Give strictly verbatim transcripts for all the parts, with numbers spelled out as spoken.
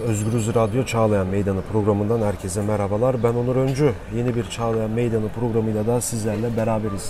Özgürüz Radyo Çağlayan Meydanı programından herkese merhabalar. Ben Onur Öncü. Yeni bir Çağlayan Meydanı programıyla da sizlerle beraberiz.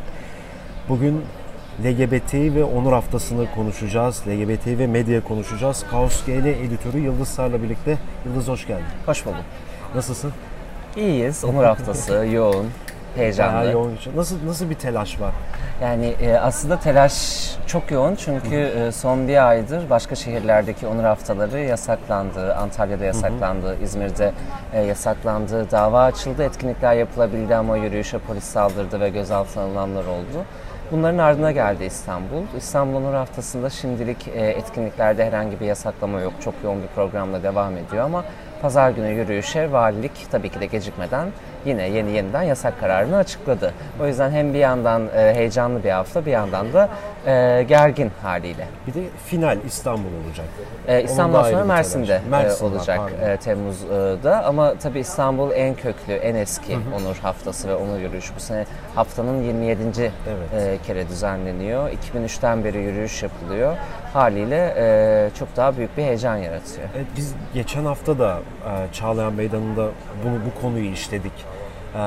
Bugün L G B T ve Onur Haftası'nı konuşacağız. L G B T ve medya konuşacağız. Kaos G L editörü Yıldız Sar'la birlikte. Yıldız hoş geldin. Hoş bulduk. Nasılsın? İyiyiz. Onur Haftası yoğun, heyecanlı. Bayağı yoğun. Nasıl nasıl bir telaş var? Yani e, aslında telaş çok yoğun çünkü e, son bir aydır başka şehirlerdeki Onur Haftaları yasaklandı. Antalya'da yasaklandı, hı hı. İzmir'de e, yasaklandı. Dava açıldı, etkinlikler yapılabildi ama yürüyüşe polis saldırdı ve gözaltına alınanlar oldu. Bunların ardına geldi İstanbul. İstanbul Onur Haftası'nda şimdilik e, etkinliklerde herhangi bir yasaklama yok. Çok yoğun bir programla devam ediyor ama Pazar günü yürüyüşe valilik tabii ki de gecikmeden yine yeni yeniden yasak kararını açıkladı. O yüzden hem bir yandan e, heyecanlı bir hafta, bir yandan da e, gergin haliyle. Bir de final İstanbul olacak. E, İstanbul'dan sonra Mersin'de Mersin e, olacak e, Temmuz'da ama tabii İstanbul en köklü, en eski hı hı. Onur Haftası ve Onur Yürüyüşü. Bu sene haftanın yirmi yedinci Evet. E, kere düzenleniyor. iki bin üçten beri yürüyüş yapılıyor. Haliyle e, çok daha büyük bir heyecan yaratıyor. Evet, biz geçen hafta da e, Çağlayan Meydanı'nda bunu bu konuyu işledik. E,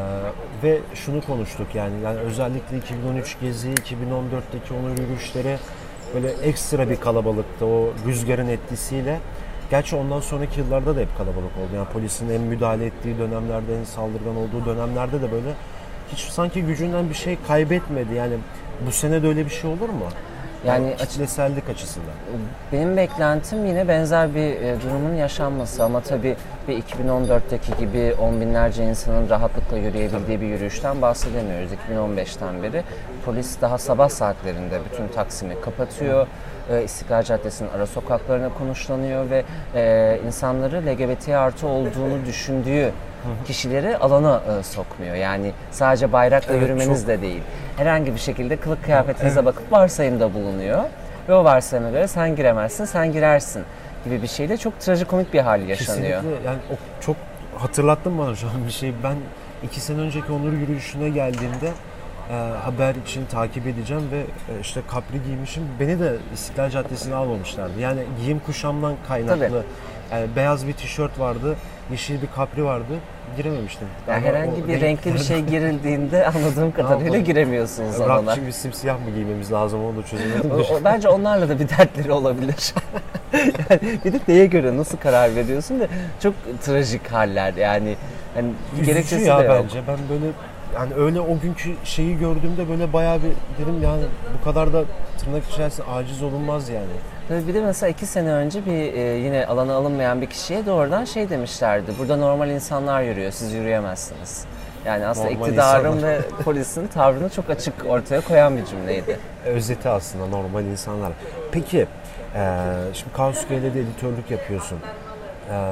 ve şunu konuştuk yani, yani özellikle iki bin on üç Gezi, iki bin on dörtteki Onur Yürüyüşleri böyle ekstra bir kalabalıktı o rüzgarın etkisiyle. Gerçi ondan sonraki yıllarda da hep kalabalık oldu. Yani polisin en müdahale ettiği dönemlerde, en saldırgan olduğu dönemlerde de böyle hiç sanki gücünden bir şey kaybetmedi. Yani bu sene de öyle bir şey olur mu? Yani, yani kitlesellik açısından. Benim beklentim yine benzer bir e, durumun yaşanması ama tabii bir iki bin on dörtteki gibi on binlerce insanın rahatlıkla yürüyebildiği bir yürüyüşten bahsedemiyoruz. iki bin on beşten beri polis daha sabah saatlerinde bütün Taksim'i kapatıyor. E, İstiklal Caddesi'nin ara sokaklarına konuşlanıyor ve e, insanları L G B T artı olduğunu düşündüğü kişileri alana e, sokmuyor. Yani sadece bayrakla evet, yürümeniz çok... de değil. Herhangi bir şekilde kılık kıyafetinize evet. bakıp varsayımda bulunuyor. Ve o varsayıma göre sen giremezsin, sen girersin gibi bir şeyle çok trajikomik bir hal yaşanıyor. Kesinlikle. Yani o çok hatırlattın bana şu an bir şey. Ben iki sene önceki Onur Yürüyüşü'ne geldiğimde e, haber için takip edeceğim ve e, işte kapri giymişim. Beni de İstiklal Caddesi'ne almamışlardı. Yani giyim kuşamdan kaynaklı. Yani beyaz bir tişört vardı, yeşil bir kapri vardı. Girememiştim. Yani herhangi bir renkli bir şey girildiğinde anladığım kadarıyla giremiyorsunuz alana. Rock, şimdi simsiyah mı giymemiz lazım, onu da çözemedim. o, o, bence onlarla da bir dertleri olabilir. Yani bir de neye göre nasıl karar veriyorsun da çok trajik haller yani. Yani gerekçesi ya de yok. Bence ben böyle yani öyle o günkü şeyi gördüğümde böyle bayağı bir dedim yani bu kadar da tırnak içerisinde aciz olunmaz yani. Tabii bir de mesela iki sene önce bir e, yine alana alınmayan bir kişiye doğrudan şey demişlerdi. Burada normal insanlar yürüyor, siz yürüyemezsiniz. Yani aslında normal iktidarın insanlar. Ve polisin tavrını çok açık ortaya koyan bir cümleydi. Özeti aslında normal insanlar. Peki, e, şimdi Kaos G L'de editörlük yapıyorsun. E,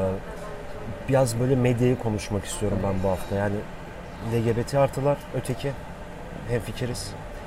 biraz böyle medyayı konuşmak istiyorum ben bu hafta. Yani L G B T artılar öteki, hemfikiriz.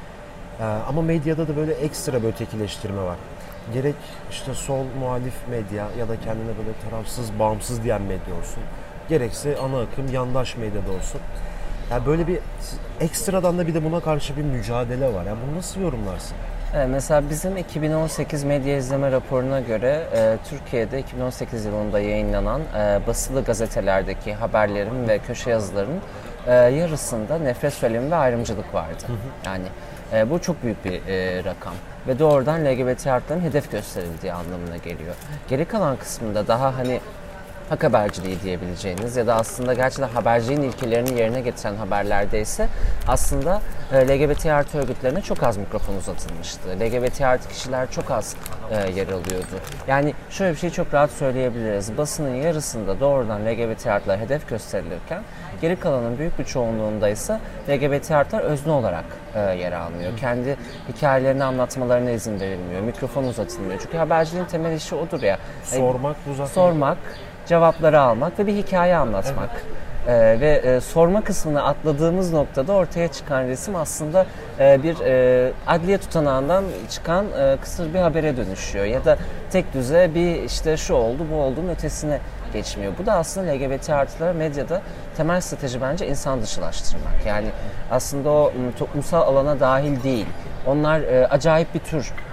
E, ama medyada da böyle ekstra bir ötekileştirme var. Gerek işte sol muhalif medya ya da kendine böyle tarafsız, bağımsız diyen medya olsun. Gerekse ana akım, yandaş medyada olsun. Yani böyle bir ekstradan da bir de buna karşı bir mücadele var. Yani bunu nasıl yorumlarsın? Evet, mesela bizim iki bin on sekiz medya izleme raporuna göre e, Türkiye'de iki bin on sekiz yılında yayınlanan e, basılı gazetelerdeki haberlerin ve köşe yazılarının e, yarısında nefret söylemi ve ayrımcılık vardı. Hı hı. Yani e, bu çok büyük bir e, rakam. Ve doğrudan L G B T artıların hedef gösterildiği anlamına geliyor. Geri kalan kısmında daha hani hak haberciliği diyebileceğiniz ya da aslında gerçekten haberciliğin ilkelerini yerine getiren haberlerde ise aslında e, L G B T artı örgütlerine çok az mikrofon uzatılmıştı. L G B T artı kişiler çok az e, yer alıyordu. Yani şöyle bir şey çok rahat söyleyebiliriz. Basının yarısında doğrudan L G B T artılar hedef gösterilirken geri kalanın büyük bir çoğunluğunda ise L G B T artılar özne olarak e, yer almıyor. Hı. Kendi hikayelerini anlatmalarına izin verilmiyor. Mikrofon uzatılmıyor. Çünkü haberciliğin temel işi odur ya. Sormak, uzatmak. Sormak, cevapları almak ve bir hikaye anlatmak. Evet. Ee, ve e, sorma kısmını atladığımız noktada ortaya çıkan resim aslında e, bir e, adliye tutanağından çıkan e, kısır bir habere dönüşüyor. Ya da tek düze bir işte şu oldu bu olduğunun ötesine geçmiyor. Bu da aslında L G B T artılara medyada temel strateji bence insan dışılaştırmak. Yani aslında o toplumsal alana dahil değil. Onlar e, acayip bir tür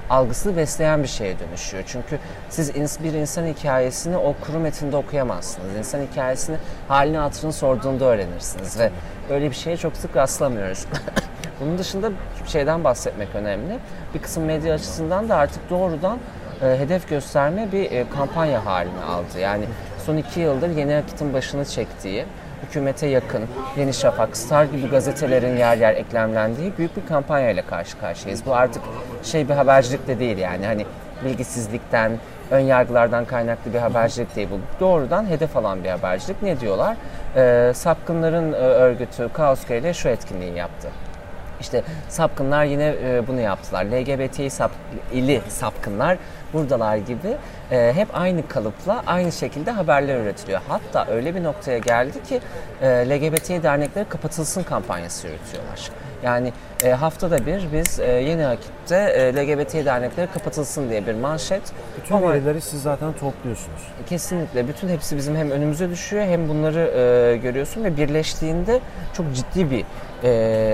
algısını besleyen bir şeye dönüşüyor. Çünkü siz bir insan hikayesini o kuru metinde okuyamazsınız. İnsan hikayesini halini hatırını sorduğunda öğrenirsiniz ve böyle bir şeye çok sık rastlamıyoruz. Bunun dışında şeyden bahsetmek önemli. Bir kısım medya açısından da artık doğrudan e, hedef gösterme bir e, kampanya haline aldı. Yani son iki yıldır Yeni Akit'in başını çektiği, hükümete yakın, Yeni Şafak, Star gibi gazetelerin yer yer eklemlendiği büyük bir kampanya ile karşı karşıyayız. Bu artık şey bir habercilik de değil yani hani bilgisizlikten, ön yargılardan kaynaklı bir habercilik değil bu. Doğrudan hedef alan bir habercilik. Ne diyorlar? Ee, sapkınların e, örgütü Kaoskaya ile şu etkinliği yaptı. İşte sapkınlar yine e, bunu yaptılar. L G B T sap, ili sapkınlar buradalar gibi e, hep aynı kalıpla aynı şekilde haberler üretiliyor. Hatta öyle bir noktaya geldi ki e, L G B T dernekleri kapatılsın kampanyası yürütüyorlar. Yani e, haftada bir biz e, Yeni Akit'te e, L G B T dernekleri kapatılsın diye bir manşet. Bütün Ama verileri siz zaten topluyorsunuz. Kesinlikle. Bütün hepsi bizim hem önümüze düşüyor hem bunları e, görüyorsun ve birleştiğinde çok ciddi bir e,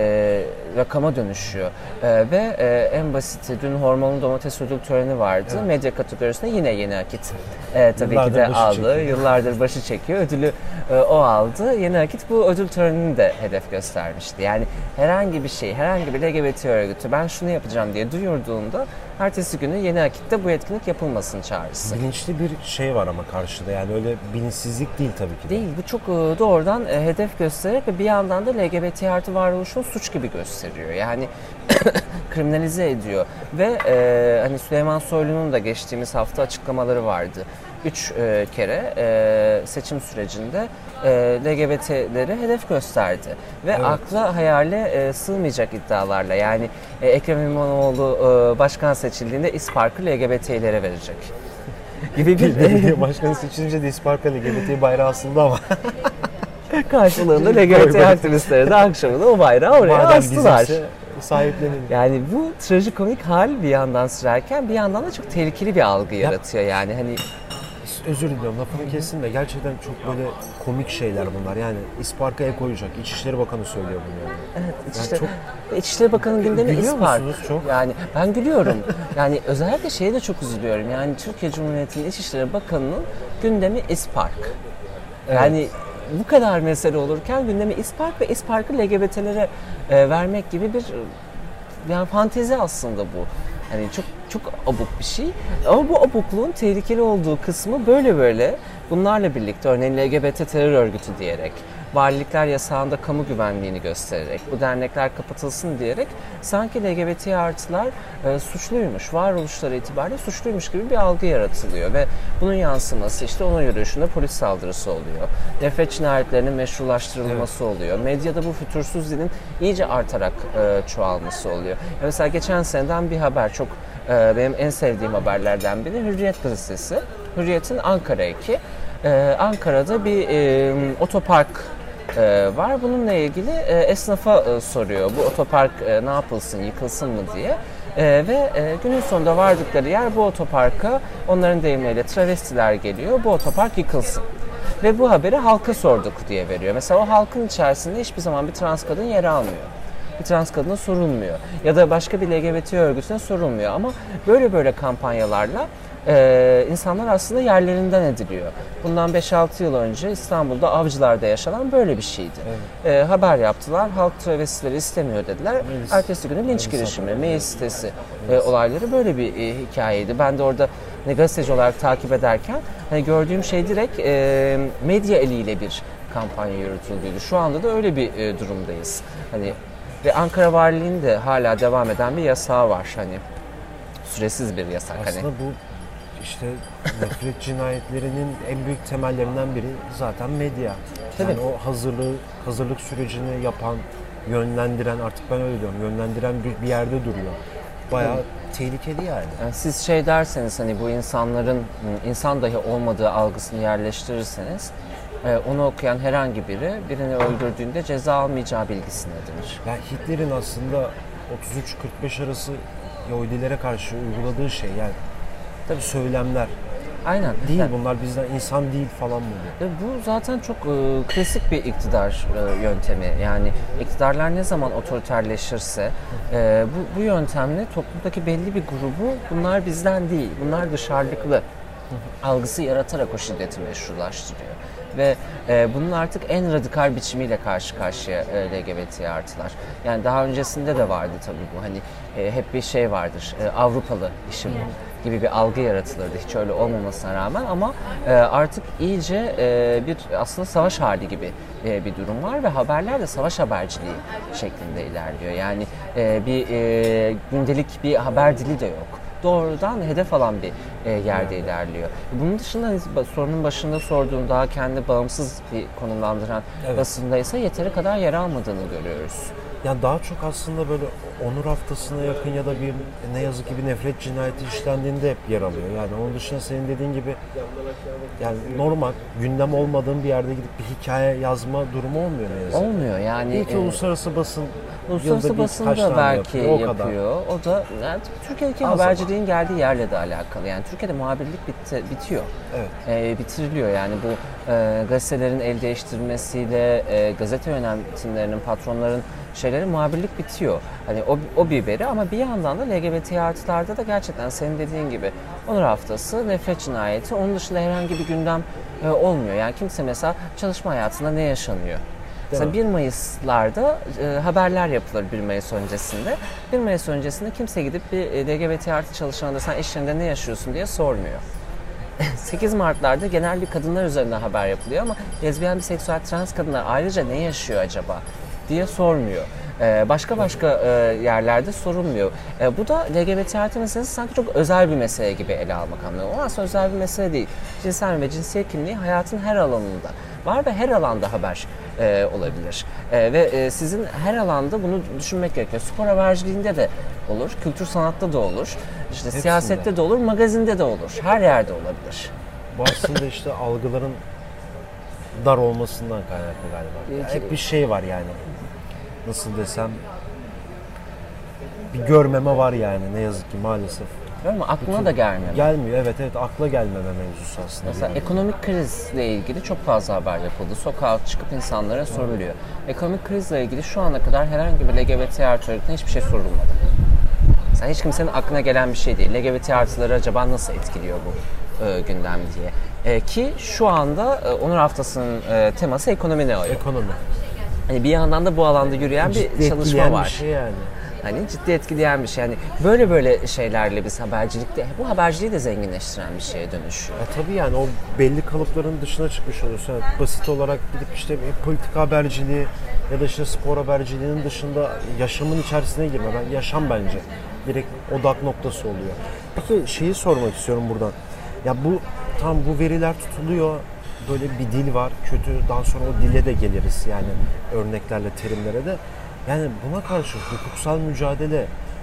rakama dönüşüyor. E, ve e, en basiti dün hormonlu domates ödül töreni vardı. Evet. Medya kategorisinde yine Yeni Akit e, tabii yıllardır ki de aldı. Çekiyor. Yıllardır başı çekiyor. Ödülü e, o aldı. Yeni Akit bu ödül törenini de hedef göstermişti. Yani herhangi bir şey, herhangi bir L G B T örgütü ben şunu yapacağım diye duyurduğunda ertesi günü Yeni Akit'te bu etkinlik yapılmasın çağrısı. Bilinçli bir şey var ama karşıda yani öyle bilinçsizlik değil tabii ki de. Değil, bu çok doğrudan hedef göstererek ve bir yandan da L G B T artı varoluşunu suç gibi gösteriyor. Yani kriminalize ediyor ve e, hani Süleyman Soylu'nun da geçtiğimiz hafta açıklamaları vardı. Üç e, kere e, seçim sürecinde e, L G B T'leri hedef gösterdi ve evet. akla hayale e, sığmayacak iddialarla yani e, Ekrem İmamoğlu e, başkan seçildiğinde İspark'ı L G B T'lere verecek gibi bir belediye başkanı seçilince de İspark'a L G B T bayrağı asıldı ama karşılığında L G B T aktivistleri de akşamında o bayrağı oraya Madem astılar. Sahiplenelim. Yani bu trajikomik hal bir yandan sürerken bir yandan da çok tehlikeli bir algı ya, yaratıyor yani hani. Özür diliyorum lafını kestim de gerçekten çok böyle komik şeyler bunlar yani İspark'a el koyacak. İçişleri Bakanı söylüyor bunu yani. Evet İçişleri, yani çok... İçişleri Bakanı'nın gündemi Gülüyor İspark. musunuz çok? Yani ben gülüyorum. Yani özellikle şeye de çok üzülüyorum yani Türkiye Cumhuriyeti'nin İçişleri Bakanı'nın gündemi İspark. Yani evet. Bu kadar mesele olurken gündemi İspark ve İspark'ı L G B T'lere e, vermek gibi bir yani fantezi aslında bu. Hani çok çok abuk bir şey. Ama bu abukluğun tehlikeli olduğu kısmı böyle böyle bunlarla birlikte örneğin L G B T terör örgütü diyerek, valilikler yasağında kamu güvenliğini göstererek, bu dernekler kapatılsın diyerek sanki L G B T artılar e, suçluymuş, varoluşları itibariyle suçluymuş gibi bir algı yaratılıyor ve bunun yansıması işte onun yürüyüşünde polis saldırısı oluyor. Nefret cinayetlerinin meşrulaştırılması evet. oluyor. Medyada bu fütursuz dilin iyice artarak e, çoğalması oluyor. Ya mesela geçen seneden bir haber çok e, benim en sevdiğim haberlerden biri Hürriyet gazetesi. Hürriyet'in Ankara eki. Ee, Ankara'da bir e, otopark e, var. Bununla ilgili e, esnafa e, soruyor. Bu otopark e, ne yapılsın, yıkılsın mı diye. E, ve e, günün sonunda vardıkları yer bu otoparka onların deyimleriyle travestiler geliyor. Bu otopark yıkılsın. Ve bu haberi halka sorduk diye veriyor. Mesela o halkın içerisinde hiçbir zaman bir trans kadın yer almıyor. Bir trans kadına sorulmuyor. Ya da başka bir L G B T örgütüne sorulmuyor. Ama böyle böyle kampanyalarla Ee, insanlar aslında yerlerinden ediliyor. Bundan beş altı yıl önce İstanbul'da Avcılar'da yaşanan böyle bir şeydi. Evet. Ee, haber yaptılar, halk travestileri istemiyor dediler. Melis. Ertesi günü linç Melis girişimi, mail sitesi e, olayları böyle bir e, hikayeydi. Ben de orada ne gazeteci olarak takip ederken hani gördüğüm şey direkt e, medya eliyle bir kampanya yürütüldüydü. Şu anda da öyle bir e, durumdayız. Hani ve Ankara Valiliği'nin de hala devam eden bir yasağı var hani. Süresiz bir yasak aslında hani. Bu İşte nefret cinayetlerinin en büyük temellerinden biri zaten medya. Tabii. Yani o hazırlığı, hazırlık sürecini yapan, yönlendiren, artık ben öyle diyorum, yönlendiren bir, bir yerde duruyor. Bayağı Hı. tehlikeli yani. yani. Siz şey derseniz hani bu insanların insan dahi olmadığı algısını yerleştirirseniz onu okuyan herhangi biri birini öldürdüğünde ceza almayacağı bilgisini edinir. Yani Hitler'in aslında otuz üç kırk beş arası Yahudilere karşı uyguladığı şey yani tabii söylemler. Aynen. Değil Yani, bunlar bizden insan değil falan mı diyor. e, bu zaten çok e, klasik bir iktidar e, yöntemi. Yani iktidarlar ne zaman otoriterleşirse e, bu, bu yöntemle toplumdaki belli bir grubu bunlar bizden değil, bunlar dışarılıklı algısı yaratarak o şiddeti meşrulaştırıyor. Ve e, bunun artık en radikal biçimiyle karşı karşıya e, L G B T artılar. Yani daha öncesinde de vardı tabii bu. Hani e, hep bir şey vardır. E, Avrupalı işi bu gibi bir algı yaratılırdı hiç öyle olmamasına rağmen ama e, artık iyice e, bir aslında savaş hali gibi e, bir durum var ve haberler de savaş haberciliği şeklinde ilerliyor. Yani e, bir e, gündelik bir haber dili de yok. Doğrudan hedef alan bir e, yerde ilerliyor. Bunun dışında hani, sorunun başında sorduğum daha kendi bağımsız bir konumlandıran Evet. basında ise yeteri kadar yer almadığını görüyoruz. Yani daha çok aslında böyle onur haftasına yakın ya da bir ne yazık ki bir nefret cinayeti işlendiğinde hep yer alıyor. Yani onun dışında senin dediğin gibi yani normal gündem olmadığın bir yerde gidip bir hikaye yazma durumu olmuyor ne yazık ki. Olmuyor yani. İyi ki e, uluslararası basın Uluslararası yılda bir basın kaç da tane belki yapıyor, yapıyor. o kadar. O da yani Türkiye'deki Az haberciliğin geldiği yerle de alakalı. Yani Türkiye'de muhabirlik bitti, bitiyor. Evet. E, bitiriliyor yani bu e, gazetelerin el değiştirmesiyle e, gazete yönetimlerinin, patronların şeyleri muhabirlik bitiyor. Hani o, o bir veri ama bir yandan da L G B T artılarda da gerçekten senin dediğin gibi onur haftası, nefret cinayeti, onun dışında herhangi bir gündem e, olmuyor. Yani kimse mesela çalışma hayatında ne yaşanıyor? Mesela bir Mayıs'larda e, haberler yapılır bir Mayıs öncesinde. bir Mayıs öncesinde kimse gidip bir e, L G B T artı çalışanında sen iş yerinde ne yaşıyorsun diye sormuyor. sekiz Mart'larda genel bir kadınlar üzerinden haber yapılıyor ama lezbiyen, biseksüel, trans kadınlar ayrıca ne yaşıyor acaba diye sormuyor. Ee, başka başka e, yerlerde sorulmuyor. E, bu da L G B T artı meselesi sanki çok özel bir mesele gibi ele almak anlamında. O aslında özel bir mesele değil. Cinsel ve cinsiyet kimliği hayatın her alanında var ve her alanda haber e, olabilir. E, ve e, sizin her alanda bunu düşünmek gerekiyor. Spor haberciliğinde de olur, kültür sanatta da olur, işte Hepsinde. siyasette de olur, magazinde de olur. Her yerde olabilir. Bu aslında işte algıların dar olmasından kaynaklı galiba. Yani hep bir şey var yani. Nasıl desem bir görmeme var yani ne yazık ki maalesef. Ama aklına da gelmiyor. Gelmiyor evet evet akla gelmeme mevzusu aslında. Mesela yani. ekonomik krizle ilgili çok fazla haber yapıldı. Sokağa çıkıp insanlara soruluyor. Ekonomik krizle ilgili şu ana kadar herhangi bir L G B T artı örgütüne hiçbir şey sorulmadı. Mesela hiç kimsenin aklına gelen bir şey değil. L G B T artıları acaba nasıl etkiliyor bu e, gündem diye. E, ki şu anda e, Onur Haftası'nın e, teması ekonomi ne oluyor? Ekonomi. Hani bir yandan da bu alanda yürüyen Ciddi bir çalışma etkileyen var. bir şey yani. Hani ciddi etkileyen bir şey. Yani böyle böyle şeylerle biz habercilikte, bu haberciliği de zenginleştiren bir şeye dönüşüyor. Ya tabii yani o belli kalıpların dışına çıkmış oluyorsun. Yani basit olarak gidip işte bir politika haberciliği ya da işte spor haberciliğinin dışında yaşamın içerisine girme. Ben yaşam bence direkt odak noktası oluyor. Peki şeyi sormak istiyorum buradan. Ya bu tam bu veriler tutuluyor. Böyle bir dil var. Kötü. Daha sonra o dile de geliriz. Yani örneklerle, terimlere de. Yani buna karşı hukuksal mücadele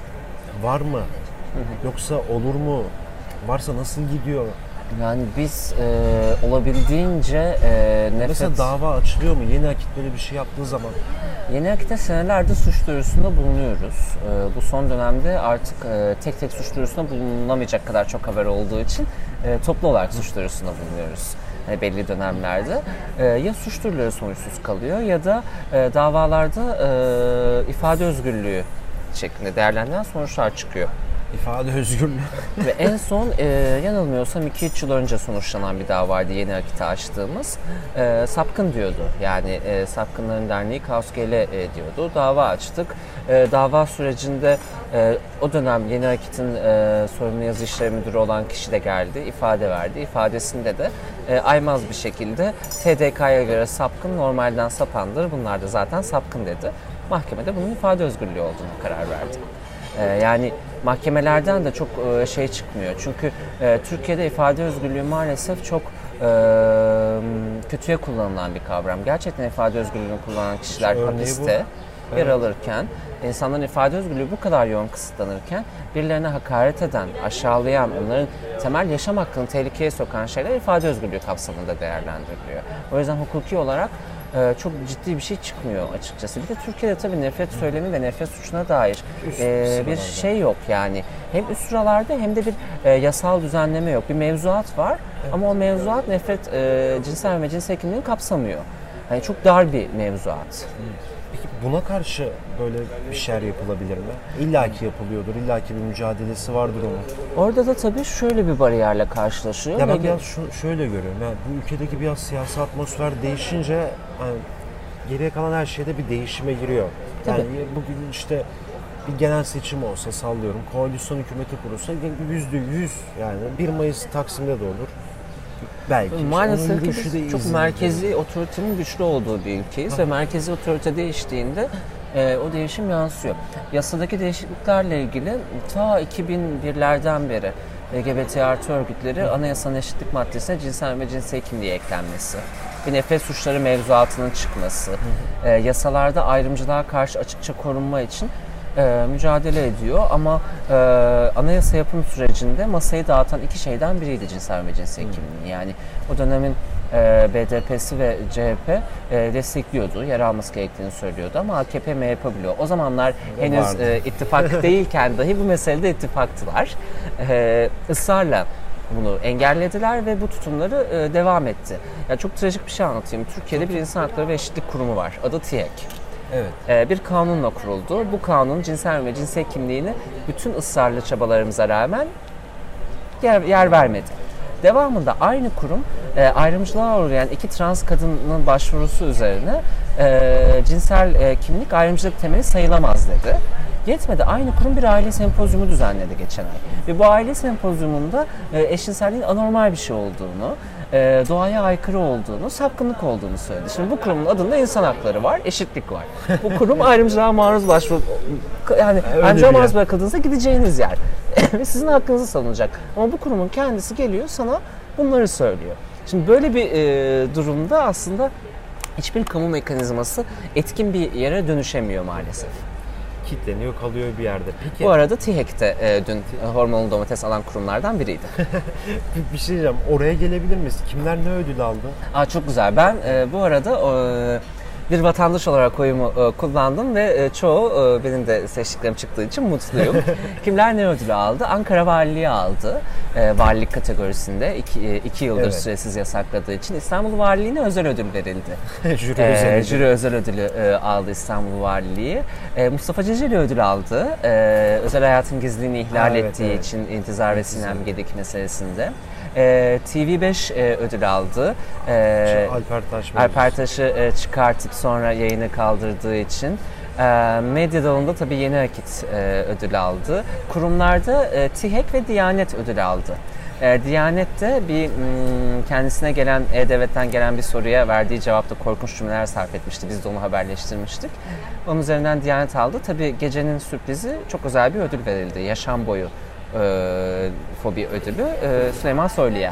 var mı? Yoksa olur mu? Varsa nasıl gidiyor? Yani biz e, olabildiğince e, nefret... Mesela dava açılıyor mu? Yeni Akit böyle bir şey yaptığı zaman. Yeni Akit'te senelerdir suç duyurusunda bulunuyoruz. E, bu son dönemde artık e, tek tek suç duyurusunda bulunamayacak kadar çok haber olduğu için e, toplu olarak suç duyurusunda bulunuyoruz. Hani belli dönemlerde e, ya suç duyuruları sonuçsuz kalıyor ya da e, davalarda e, ifade özgürlüğü şeklinde değerlendirilen sonuçlar çıkıyor. İfade özgürlüğü. Ve en son e, yanılmıyorsam iki üç yıl önce sonuçlanan bir davaydı Yeni Akit'e açtığımız. E, sapkın diyordu. Yani e, Sapkınların Derneği Kaos G L e, diyordu. Dava açtık. E, dava sürecinde e, o dönem Yeni Akit'in e, sorumlu yazı işleri müdürü olan kişi de geldi. İfade verdi. İfadesinde de e, aymaz bir şekilde T D K'ya göre sapkın normalden sapandır. Bunlar da zaten sapkın dedi. Mahkemede bunun ifade özgürlüğü olduğunu karar verdi. E, yani mahkemelerden de çok e, şey çıkmıyor. Çünkü e, Türkiye'de ifade özgürlüğü maalesef çok e, kötüye kullanılan bir kavram. Gerçekten ifade özgürlüğünü kullanan kişiler Örneği hapiste. yer Evet. alırken, insanların ifade özgürlüğü bu kadar yoğun kısıtlanırken birilerine hakaret eden, aşağılayan, onların temel yaşam hakkını tehlikeye sokan şeyler ifade özgürlüğü kapsamında değerlendiriliyor. O yüzden hukuki olarak e, çok ciddi bir şey çıkmıyor açıkçası. Bir de Türkiye'de tabii nefret söylemi ve nefret suçuna dair Üst e, bir sıralarda. şey yok yani. Hem üst sıralarda hem de bir e, yasal düzenleme yok. Bir mevzuat var ama o mevzuat nefret, e, cinsel ve cinsel kimliğini kapsamıyor. Yani çok dar bir mevzuat. Peki buna karşı böyle bir şeyler yapılabilir mi? İlla ki yapılıyordur, illa ki bir mücadelesi vardır onun. Orada da tabii şöyle bir bariyerle karşılaşıyor. Ya ben Ve- biraz şu, şöyle görüyorum. Yani bu ülkedeki biraz siyasi atmosfer değişince hani geriye kalan her şeyde bir değişime giriyor. Yani Tabii. bugün işte bir genel seçim olsa sallıyorum, koalisyon hükümeti kurulsa yüzde yüz yani bir Mayıs Taksim'de de olur. Belki. İşte onun Maalesef ki yürüyüşü de biz çok İzmir'de. merkezi otoritenin güçlü olduğu bir ülkeyiz ve merkezi otorite değiştiğinde e, o değişim yansıyor. Yasadaki değişikliklerle ilgili ta iki bin birlerden beri L G B T artı örgütleri anayasanın eşitlik maddesine cinsel ve cinsel kimliği eklenmesi, bir nefret suçları mevzuatının çıkması, e, yasalarda ayrımcılığa karşı açıkça korunma için e, mücadele ediyor ama e, anayasa yapım sürecinde masayı dağıtan iki şeyden biriydi cinsel ve cinsel kimliği. Yani o dönemin e, B D P'si ve C H P e, destekliyordu, yer alması gerektiğini söylüyordu ama A K P, M H P bloğu o zamanlar henüz vardı. e, ittifak değilken dahi bu meselede ittifaktılar. E, ısrarla bunu engellediler ve bu tutumları e, devam etti. Ya çok trajik bir şey anlatayım. Türkiye'de bir insan hakları ve eşitlik kurumu var. Adı TİHEK. Evet. Ee, bir kanunla kuruldu. Bu kanun cinsel ve cinsel kimliğini bütün ısrarlı çabalarımıza rağmen yer, yer vermedi. Devamında aynı kurum e, ayrımcılığa uğrayan iki trans kadının başvurusu üzerine e, cinsel e, kimlik ayrımcılık temeli sayılamaz dedi. Yetmedi. Aynı kurum bir aile sempozyumu düzenledi geçen ay. Ve bu aile sempozyumunda e, eşcinselliğin anormal bir şey olduğunu, e, doğaya aykırı olduğunu, sapkınlık olduğunu söyledi. Şimdi bu kurumun adında insan hakları var, eşitlik var. Bu kurum ayrımcılığa maruz başvuru, yani Öyle ayrımcılığa bir maruz yer. bırakıldığınızda gideceğiniz yer. Ve sizin hakkınızı savunacak. Ama bu kurumun kendisi geliyor sana bunları söylüyor. Şimdi böyle bir e, durumda aslında hiçbir kamu mekanizması etkin bir yere dönüşemiyor maalesef. Kitleniyor, kalıyor bir yerde. Peki Bu arada TİHEK de e, dün hormonlu domates alan kurumlardan biriydi. bir, bir şey diyeceğim. Oraya gelebilir miyiz? Kimler ne ödül aldı? Aa, çok güzel. Ben e, bu arada e, bir vatandaş olarak oyumu e, kullandım ve e, çoğu e, benim de seçtiklerim çıktığı için mutluyum. Kimler ne ödülü aldı? Ankara Valiliği aldı. E, valilik kategorisinde iki, e, iki yıldır Evet. süresiz yasakladığı için İstanbul Valiliğine özel ödül verildi. Jüri Ee, özel. jüri özel ödülü e, aldı İstanbul Valiliği. E, Mustafa Ceceli ödül aldı. E, özel hayatın gizliliğini ihlal Ha, evet, ettiği evet. için intizar ve sinirgedik meselesinde. E, T V beş e, ödül aldı. E, Alper Taş. Alper Taş'ı e, çıkartıp sonra yayını kaldırdığı için. E, medya dalında tabii Yeni Akit e, ödül aldı. Kurumlarda e, TİHEK ve Diyanet ödül aldı. E, Diyanet de bir mm, kendisine gelen, E-Devlet'ten gelen bir soruya verdiği cevapta korkunç cümleler sarf etmişti. Biz de onu haberleştirmiştik. Onun üzerinden Diyanet aldı. Tabii gecenin sürprizi çok özel bir ödül verildi. Yaşam boyu e, fobi ödülü e, Süleyman Soylu'ya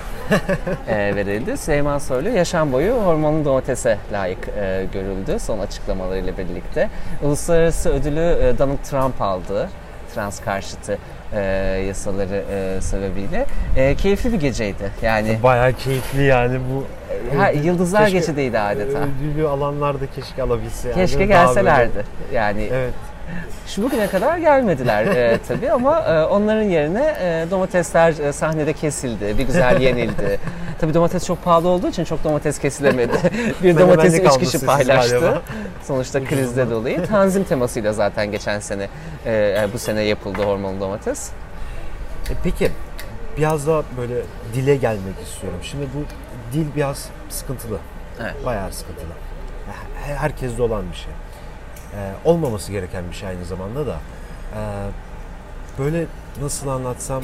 e, verildi. Süleyman Soylu yaşam boyu hormonlu domatese layık e, görüldü son açıklamalarıyla birlikte. Uluslararası ödülü e, Donald Trump aldı. Trans karşıtı e, yasaları e, sebebiyle. E, keyifli bir geceydi. Yani Bayağı keyifli yani bu. ha, ödül- yıldızlar keşke gecedeydi adeta. Ödülü alanlar da keşke alabilse. Yani. Keşke Daha gelselerdi. böyle- Yani Evet. şu bugüne kadar gelmediler e, tabii ama e, onların yerine e, domatesler e, sahnede kesildi, bir güzel yenildi. Tabii domates çok pahalı olduğu için çok domates kesilemedi. Bir domatesi Menemenlik üç aldı kişi sessiz paylaştı. galiba. Sonuçta krizde dolayı. Tanzim temasıyla zaten geçen sene, e, bu sene yapıldı hormonlu domates. E peki biraz daha böyle dile gelmek istiyorum. Şimdi bu dil biraz sıkıntılı. Evet. Bayağı sıkıntılı. Her- Herkeste olan bir şey. Ee, olmaması gereken bir şey aynı zamanda da. Ee, böyle nasıl anlatsam,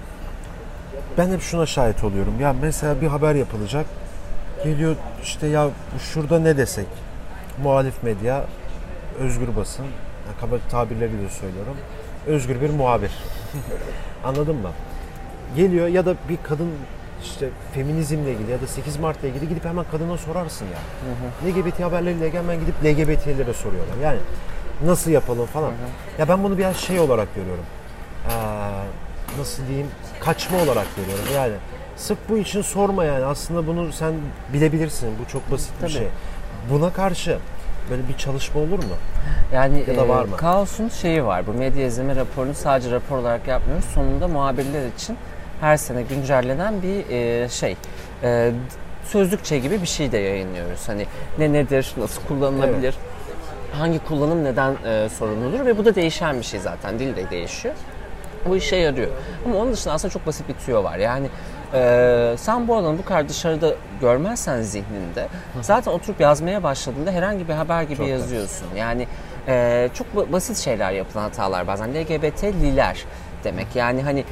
ben hep şuna şahit oluyorum. Ya mesela bir haber yapılacak. Geliyor işte ya şurada ne desek. Muhalif medya, özgür basın, yani kaba tabirleriyle söylüyorum. Özgür bir muhabir. Anladın mı? Geliyor ya da bir kadın işte feminizmle ilgili ya da sekiz Mart'la ilgili gidip hemen kadına sorarsın ya. L G B T haberleriyle hemen gidip L G B T'lilere soruyorlar. Yani Nasıl yapalım falan. Hı hı. Ya ben bunu biraz şey olarak görüyorum. Ee, nasıl diyeyim? Kaçma olarak görüyorum. Yani sırf bu için sorma yani. Aslında bunu sen bilebilirsin. Bu çok basit bir Tabii. şey. Buna karşı böyle bir çalışma olur mu? Yani ya da var mı? E, Kaos'un şeyi var. Bu medya izleme raporunu sadece rapor olarak yapmıyoruz. Sonunda muhabirler için her sene güncellenen bir e, şey. E, sözlükçe gibi bir şey de yayınlıyoruz. Hani ne nedir, nasıl kullanılabilir, evet. hangi kullanım neden e, sorumludur ve bu da değişen bir şey zaten. Dil de değişiyor. Bu işe yarıyor. Ama onun dışında aslında çok basit bir tüyo var. Yani e, sen bu alanı bu kadar dışarıda görmezsen zihninde zaten oturup yazmaya başladığında herhangi bir haber gibi çok yazıyorsun. Basit. Yani e, çok basit şeyler yapılan hatalar bazen. L G B T'liler demek. Yani hani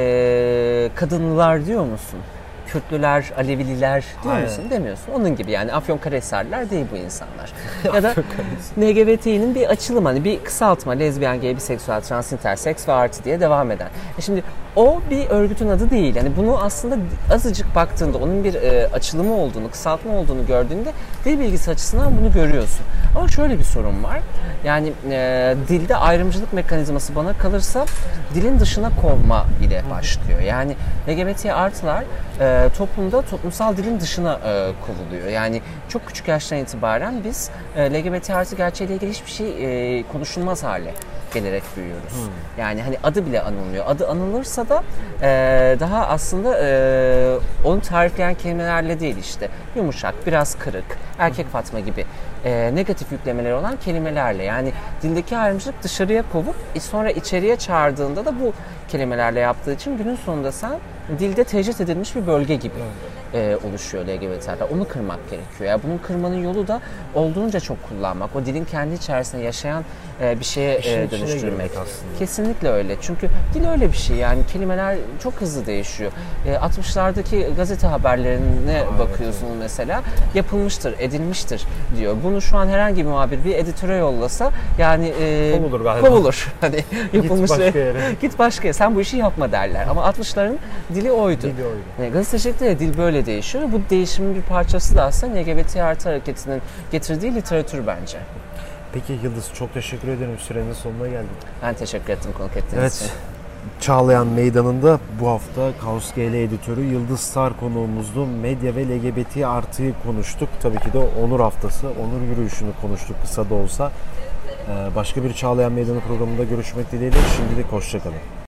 e, kadınlılar diyor musun? Kürtlüler, Alevililer diyor Aynen. musun? Demiyorsun. Onun gibi yani Afyonkarahisarlılar değil bu insanlar. Ya da L G B T'nin bir açılımı, hani bir kısaltma, lezbiyen, gay, biseksüel, trans, interseks ve artı diye devam eden. E şimdi o bir örgütün adı değil. Yani bunu aslında azıcık baktığında, onun bir e, açılımı olduğunu, kısaltma olduğunu gördüğünde dil bilgisi açısından bunu görüyorsun. Ama şöyle bir sorun var. Yani e, dilde ayrımcılık mekanizması bana kalırsa dilin dışına kovma ile başlıyor. Yani L G B T artılar e, toplumda toplumsal dilin dışına e, kovuluyor. Yani çok küçük yaştan itibaren biz e, L G B T artı gerçeğiyle ilgili hiçbir şey e, konuşulmaz hale gelerek büyüyoruz. Hmm. Yani hani adı bile anılmıyor. Adı anılırsa da e, daha aslında e, onu tarifleyen kelimelerle değil işte. Yumuşak, biraz kırık, erkek Fatma gibi e, negatif yüklemeleri olan kelimelerle. Yani dildeki ayrımcılık dışarıya kovup sonra içeriye çağırdığında da bu kelimelerle yaptığı için günün sonunda sen dilde tecrit edilmiş bir bölge gibi e, oluşuyor L G B T'ler. Onu kırmak gerekiyor. Yani bunun kırmanın yolu da olduğunca çok kullanmak. O dilin kendi içerisinde yaşayan e, bir şeye e, dönüştürmek. Kesinlikle öyle. Çünkü dil öyle bir şey. Yani kelimeler çok hızlı değişiyor. E, altmışlardaki gazete haberlerine Aa, bakıyorsun evet. mesela. Yapılmıştır, edilmiştir diyor. Bunu şu an herhangi bir muhabir bir editöre yollasa yani e, kovulur galiba. Kovulur. Hani yapılmış git başka yere. Git başka yere. Sen bu işi yapma derler. Ama altmışların dili oydu. Dili oydu. Yani gazetecilikte de dil böyle değişiyor. Bu değişimin bir parçası da aslında L G B T artı hareketinin getirdiği literatür bence. Peki Yıldız, çok teşekkür ederim. Sürenin sonuna geldik. Ben teşekkür ettim konuk ettiğiniz evet. için. Çağlayan Meydanı'nda bu hafta Kaos G L editörü Yıldız Sar konuğumuzdu. Medya ve L G B T artıyı konuştuk. Tabii ki de Onur Haftası, Onur Yürüyüşü'nü konuştuk kısa da olsa. Başka bir Çağlayan Meydanı programında görüşmek dileğiyle. Şimdilik hoşça kalın.